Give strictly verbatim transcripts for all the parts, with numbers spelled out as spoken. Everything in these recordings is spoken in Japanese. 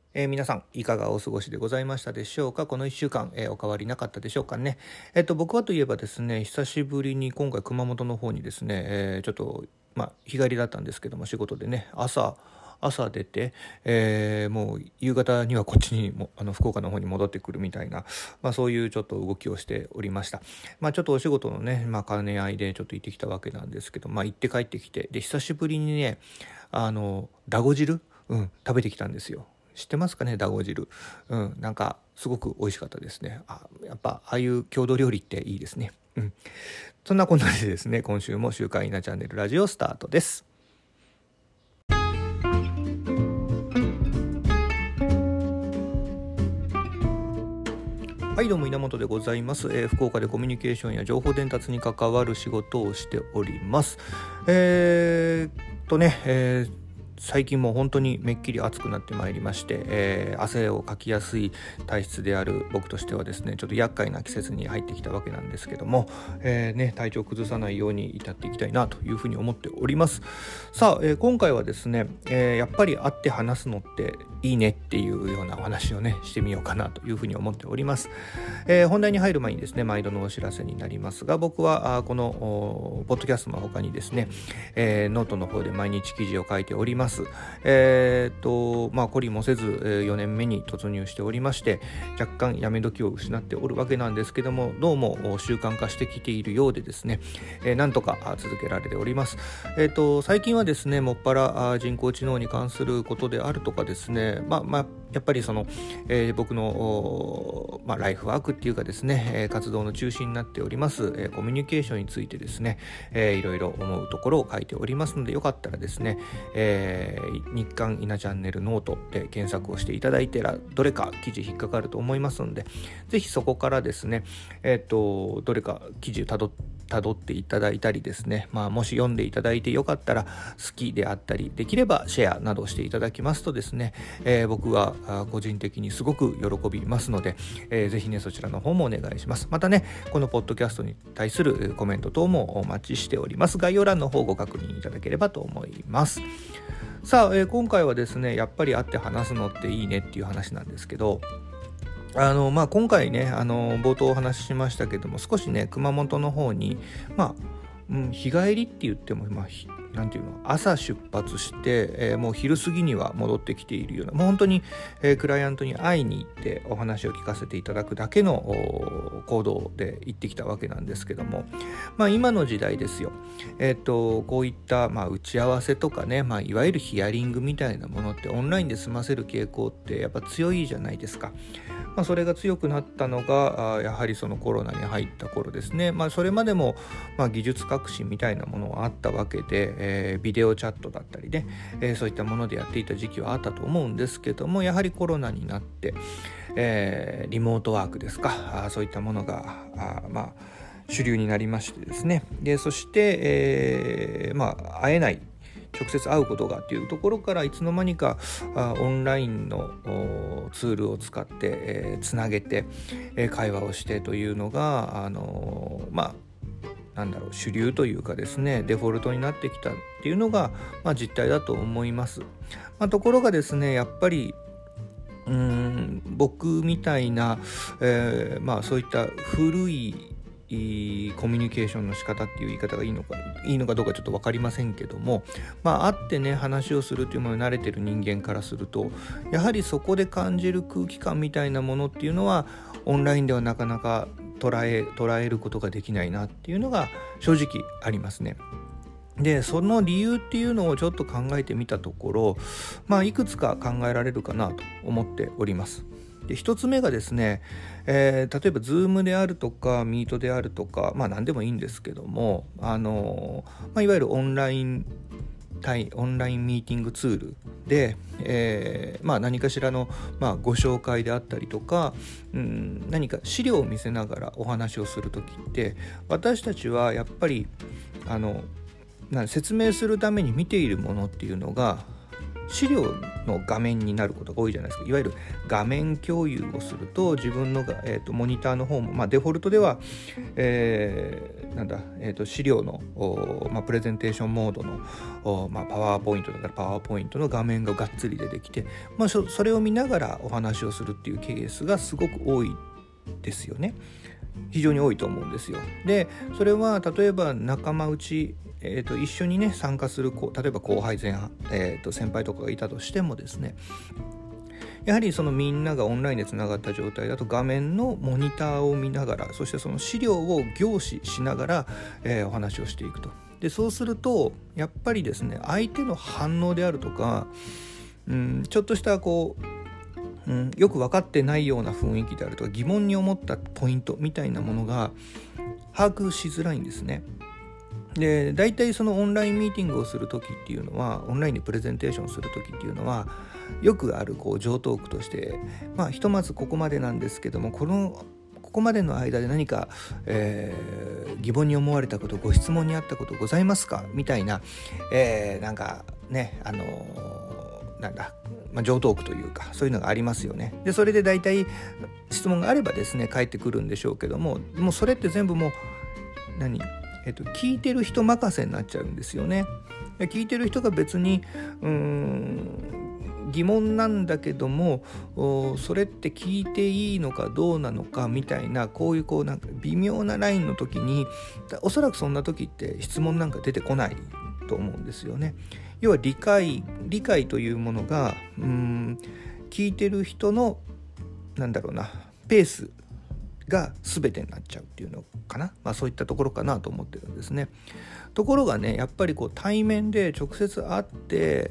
えー、皆さんいかがお過ごしでございましたでしょうか。このいっしゅうかん、えー、お変わりなかったでしょうかね。えっと僕はといえばですね、久しぶりに今回熊本の方にですね、えー、ちょっとまあ日帰りだったんですけども、仕事でね朝朝出て、えー、もう夕方にはこっちにもあの福岡の方に戻ってくるみたいな、まあ、そういうちょっと動きをしておりました。まあ、ちょっとお仕事のね、まあ、兼ね合いでちょっと行ってきたわけなんですけど、まあ、行って帰ってきて、で久しぶりにねあのだご汁、うん、食べてきたんですよ。知ってますかね、だご汁。うん、なんかすごく美味しかったですね。あ、やっぱああいう郷土料理っていいですね。うん、そんなこんなでですね、今週も週刊イナチャンネルラジオスタートです。はい、どうも稲本でございます。えー、福岡でコミュニケーションや情報伝達に関わる仕事をしております。えー、っとね、えー最近も本当にめっきり暑くなってまいりまして、えー、汗をかきやすい体質である僕としてはですね、ちょっと厄介な季節に入ってきたわけなんですけども、えーね、体調を崩さないように至っていきたいなというふうに思っております。さあ、えー、今回はですね、えー、やっぱり会って話すのっていいねっていうようなお話をねしてみようかなというふうに思っております。えー、本題に入る前にですね、毎度のお知らせになりますが、僕はあこのポッドキャストの他にですね、えー、ノートの方で毎日記事を書いております。えー、っとまあ懲りもせず、えー、よねんめに突入しておりまして、若干やめ時を失っておるわけなんですけども、どうも習慣化してきているようでですね、えー、なんとか続けられております。えー、っと最近はですね、もっぱら人工知能に関することであるとかですね、まあまあやっぱりその、えー、僕の、まあ、ライフワークっていうかですね、えー、活動の中心になっております、えー、コミュニケーションについてですね、えー、いろいろ思うところを書いておりますので、よかったらですね、えー、日刊イナチャンネルノートで検索をしていただいてら、どれか記事引っかかると思いますので、ぜひそこからですね、えー、とどれか記事をたどたどっていただいたりですね、まあ、もし読んでいただいてよかったら好きであったり、できればシェアなどしていただきますとですね、えー、僕は個人的にすごく喜びますので、えー、ぜひねそちらの方もお願いします。またね、このポッドキャストに対するコメント等もお待ちしております。概要欄の方ご確認いただければと思います。さあ、えー、今回はですね、やっぱり会って話すのっていいねっていう話なんですけど、あのまあ、今回ね、あの冒頭お話ししましたけども、少しね熊本の方に、まあうん、日帰りって言っても、まあ、なんていうの、朝出発して、えー、もう昼過ぎには戻ってきているような、もう本当に、えー、クライアントに会いに行ってお話を聞かせていただくだけの行動で行ってきたわけなんですけども、まあ、今の時代ですよ、えー、とこういった、まあ、打ち合わせとかね、まあ、いわゆるヒアリングみたいなものってオンラインで済ませる傾向ってやっぱ強いじゃないですか。まあ、それが強くなったのがやはりそのコロナに入った頃ですね。まあ、それまでもまあ技術革新みたいなものはあったわけで、えー、ビデオチャットだったりね、えー、そういったものでやっていた時期はあったと思うんですけども、やはりコロナになって、えー、リモートワークですか、あそういったものがあまあ主流になりましてですね。でそして、えー、まあ会えない、直接会うことがっていうところから、いつの間にかあオンラインのツールを使って、えー、つなげて、えー、会話をしてというのが、あのー、まあなんだろう、主流というかですね、デフォルトになってきたっていうのが、まあ、実態だと思います。まあ、ところがですね、やっぱりうーん僕みたいな、えー、まあそういった古いいいコミュニケーションの仕方っていう言い方がいいのかいいのかどうかちょっと分かりませんけども、まあ会ってね話をするというものに慣れてる人間からすると、やはりそこで感じる空気感みたいなものっていうのはオンラインではなかなか捉え捉えることができないなっていうのが正直ありますね。でその理由っていうのをちょっと考えてみたところ、まあいくつか考えられるかなと思っております。で一つ目がですね、えー、例えば Zoom であるとか Meet であるとか、まあ何でもいいんですけども、あのまあ、いわゆるオンライン対オンラインミーティングツールで、えーまあ、何かしらの、まあ、ご紹介であったりとか、うん、何か資料を見せながらお話をするときって、私たちはやっぱりあの説明するために見ているものっていうのが資料の画面になることが多いじゃないですか。いわゆる画面共有をすると自分のが、えーと、モニターの方も、まあ、デフォルトでは、えー、なんだ、えーと、資料の、まあ、プレゼンテーションモードの、まあ、パワーポイントだからパワーポイントの画面ががっつり出てきて、まあ、それを見ながらお話をするっていうケースがすごく多いですよね。非常に多いと思うんですよ。でそれは例えば仲間内、えー、と一緒にね参加する例えば後輩前半、えー、と先輩とかがいたとしてもですね、やはりそのみんながオンラインでつながった状態だと画面のモニターを見ながら、そしてその資料を凝視しながら、えー、お話をしていくと。でそうするとやっぱりですね、相手の反応であるとか、うん、ちょっとしたこううん、よく分かってないような雰囲気であるとか疑問に思ったポイントみたいなものが把握しづらいんですね。で大体そのオンラインミーティングをするときっていうのは、オンラインでプレゼンテーションするときっていうのはよくあるこう常トークとして、まあひとまずここまでなんですけども、このここまでの間で何か、えー、疑問に思われたこと、ご質問にあったことございますかみたいな、えー、なんかねあのー、なんだまあ、常トークというかそういうのがありますよね。でそれで大体質問があればですね返ってくるんでしょうけども、もうそれって全部もう何、えっと、聞いてる人任せになっちゃうんですよね。聞いてる人が別にうーん疑問なんだけども、それって聞いていいのかどうなのかみたいな、こういうこうなんか微妙なラインの時に、おそらくそんな時って質問なんか出てこないと思うんですよね。要は理解理解というものがうーん聞いてる人のなんだろうなペースが全てになっちゃうっていうのかな、まあ、そういったところかなと思ってるんですね。ところがねやっぱりこう対面で直接会って、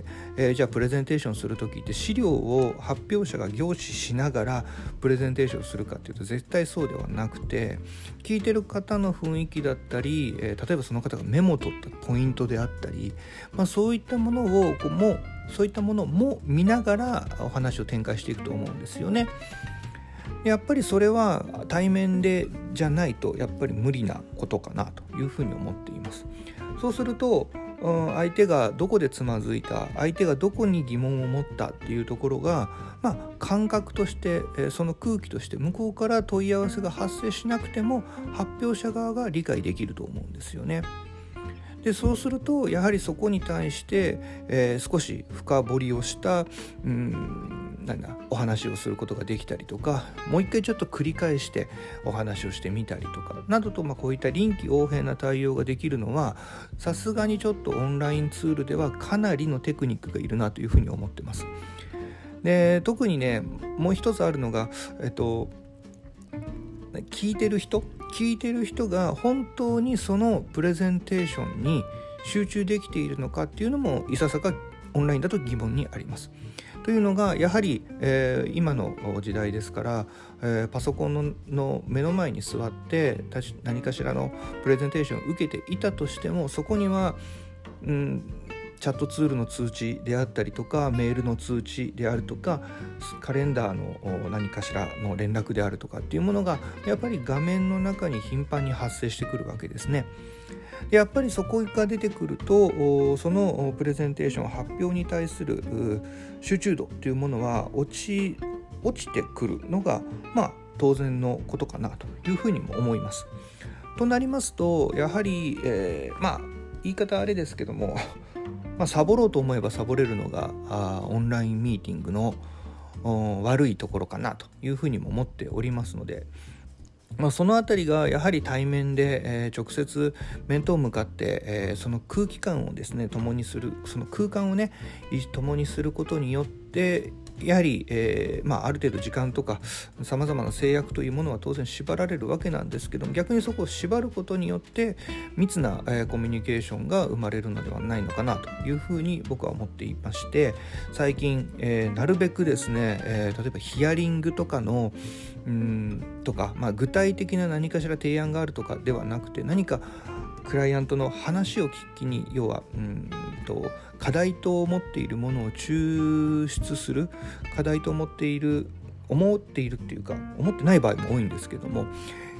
えー、じゃあプレゼンテーションするときって資料を発表者が凝視しながらプレゼンテーションするかっていうと絶対そうではなくて、聞いてる方の雰囲気だったり、えー、例えばその方がメモを取ったポイントであったり、まあ、そういったものをこうもうそういったものも見ながらお話を展開していくと思うんですよね。やっぱりそれは対面でじゃないとやっぱり無理なことかなというふうに思っています。そうすると、うん、相手がどこでつまずいた、相手がどこに疑問を持ったっていうところが、まあ、感覚として、えー、その空気として向こうから問い合わせが発生しなくても発表者側が理解できると思うんですよね。でそうするとやはりそこに対して、えー、少し深掘りをしたうんなんだお話をすることができたりとか、もう一回ちょっと繰り返してお話をしてみたりとかなどと、まあ、こういった臨機応変な対応ができるのはさすがにちょっとオンラインツールではかなりのテクニックがいるなというふうに思ってます。で特にねもう一つあるのが、えっと聞いてる人聞いてる人が本当にそのプレゼンテーションに集中できているのかっていうのもいささかオンラインだと疑問にあります。というのがやはり、えー、今の時代ですから、えー、パソコン の, の目の前に座って何かしらのプレゼンテーションを受けていたとしても、そこには、うん、チャットツールの通知であったりとかメールの通知であるとかカレンダーの何かしらの連絡であるとかっていうものがやっぱり画面の中に頻繁に発生してくるわけですね。でやっぱりそこが出てくるとそのプレゼンテーション発表に対する集中度というものは落ち、落ちてくるのがまあ当然のことかなというふうにも思います。となりますとやはり、えー、まあ言い方あれですけどもまあ、サボろうと思えばサボれるのがあオンラインミーティングの悪いところかなというふうにも思っておりますので、まあ、そのあたりがやはり対面で、えー、直接面と向かって、えー、その空気感をですね共にする、その空間をね共にすることによってやはり、えーまあ、ある程度時間とかさまざまな制約というものは当然縛られるわけなんですけども、逆にそこを縛ることによって密な、えー、コミュニケーションが生まれるのではないのかなというふうに僕は思っていまして、最近、えー、なるべくですね、えー、例えばヒアリングとかのうーんとか、まあ、具体的な何かしら提案があるとかではなくて、何かクライアントの話を聞きに、要はうんと課題と思っているものを抽出する、課題と思っている思っているっていうか思ってない場合も多いんですけども、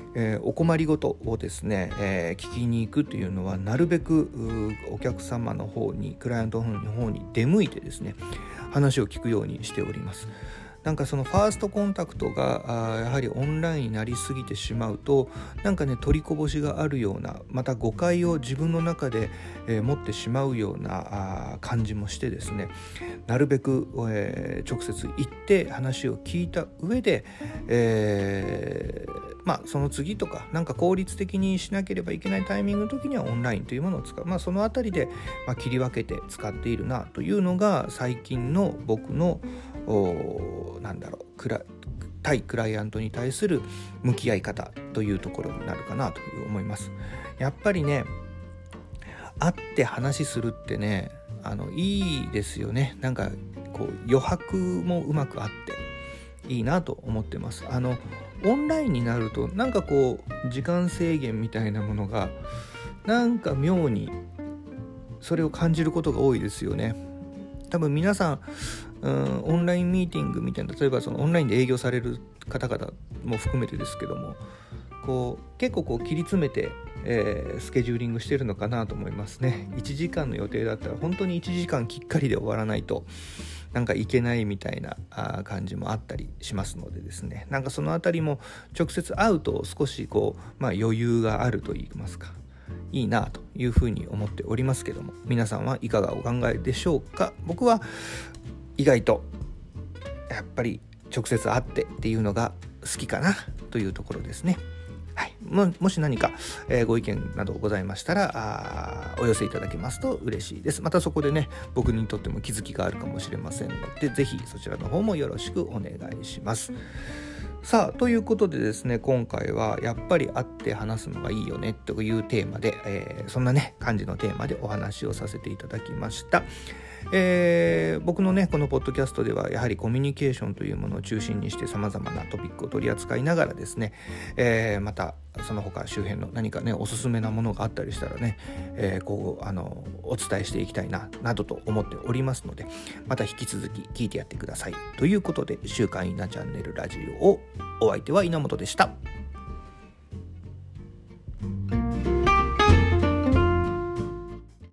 えー、お困りごとをですね、えー、聞きに行くというのはなるべくお客様の方にクライアントの方に出向いてですね話を聞くようにしております。なんかそのファーストコンタクトがやはりオンラインになりすぎてしまうとなんかね取りこぼしがあるようなまた誤解を自分の中で、えー、持ってしまうような感じもしてですねなるべく、えー、直接行って話を聞いた上で、えー、まあその次とかなんか効率的にしなければいけないタイミングの時にはオンラインというものを使う、まあ、そのあたりで、まあ、切り分けて使っているなというのが最近の僕のなんだろうクラ対クライアントに対する向き合い方というところになるかなと思います。やっぱりね会って話するってねあのいいですよね。なんかこう余白もうまくあっていいなと思ってます。あのオンラインになるとなんかこう時間制限みたいなものがなんか妙にそれを感じることが多いですよね。多分皆さんうん、オンラインミーティングみたいな例えばそのオンラインで営業される方々も含めてですけどもこう結構こう切り詰めて、えー、スケジューリングしてるのかなと思いますね。いちじかんの予定だったら本当にいちじかんきっかりで終わらないとなんかいけないみたいなあ感じもあったりしますのでですねなんかそのあたりも直接会うと少しこう、まあ、余裕があると言いますかいいなというふうに思っておりますけども皆さんはいかがお考えでしょうか。僕は意外とやっぱり直接会ってっていうのが好きかなというところですね。はい、も, もし何か、えー、ご意見などございましたらあお寄せいただけますと嬉しいです。またそこでね僕にとっても気づきがあるかもしれませんのでぜひそちらの方もよろしくお願いします。さあということでですね今回はやっぱり会って話すのがいいよねというテーマで、えー、そんなね感じのテーマでお話をさせていただきました。えー、僕のねこのポッドキャストではやはりコミュニケーションというものを中心にして様々なトピックを取り扱いながらですね、えー、またその他周辺の何かねおすすめなものがあったりしたらね、えー、こうあのお伝えしていきたいななどと思っておりますのでまた引き続き聞いてやってくださいということで週刊稲チャンネルラジオをお相手は稲本でした。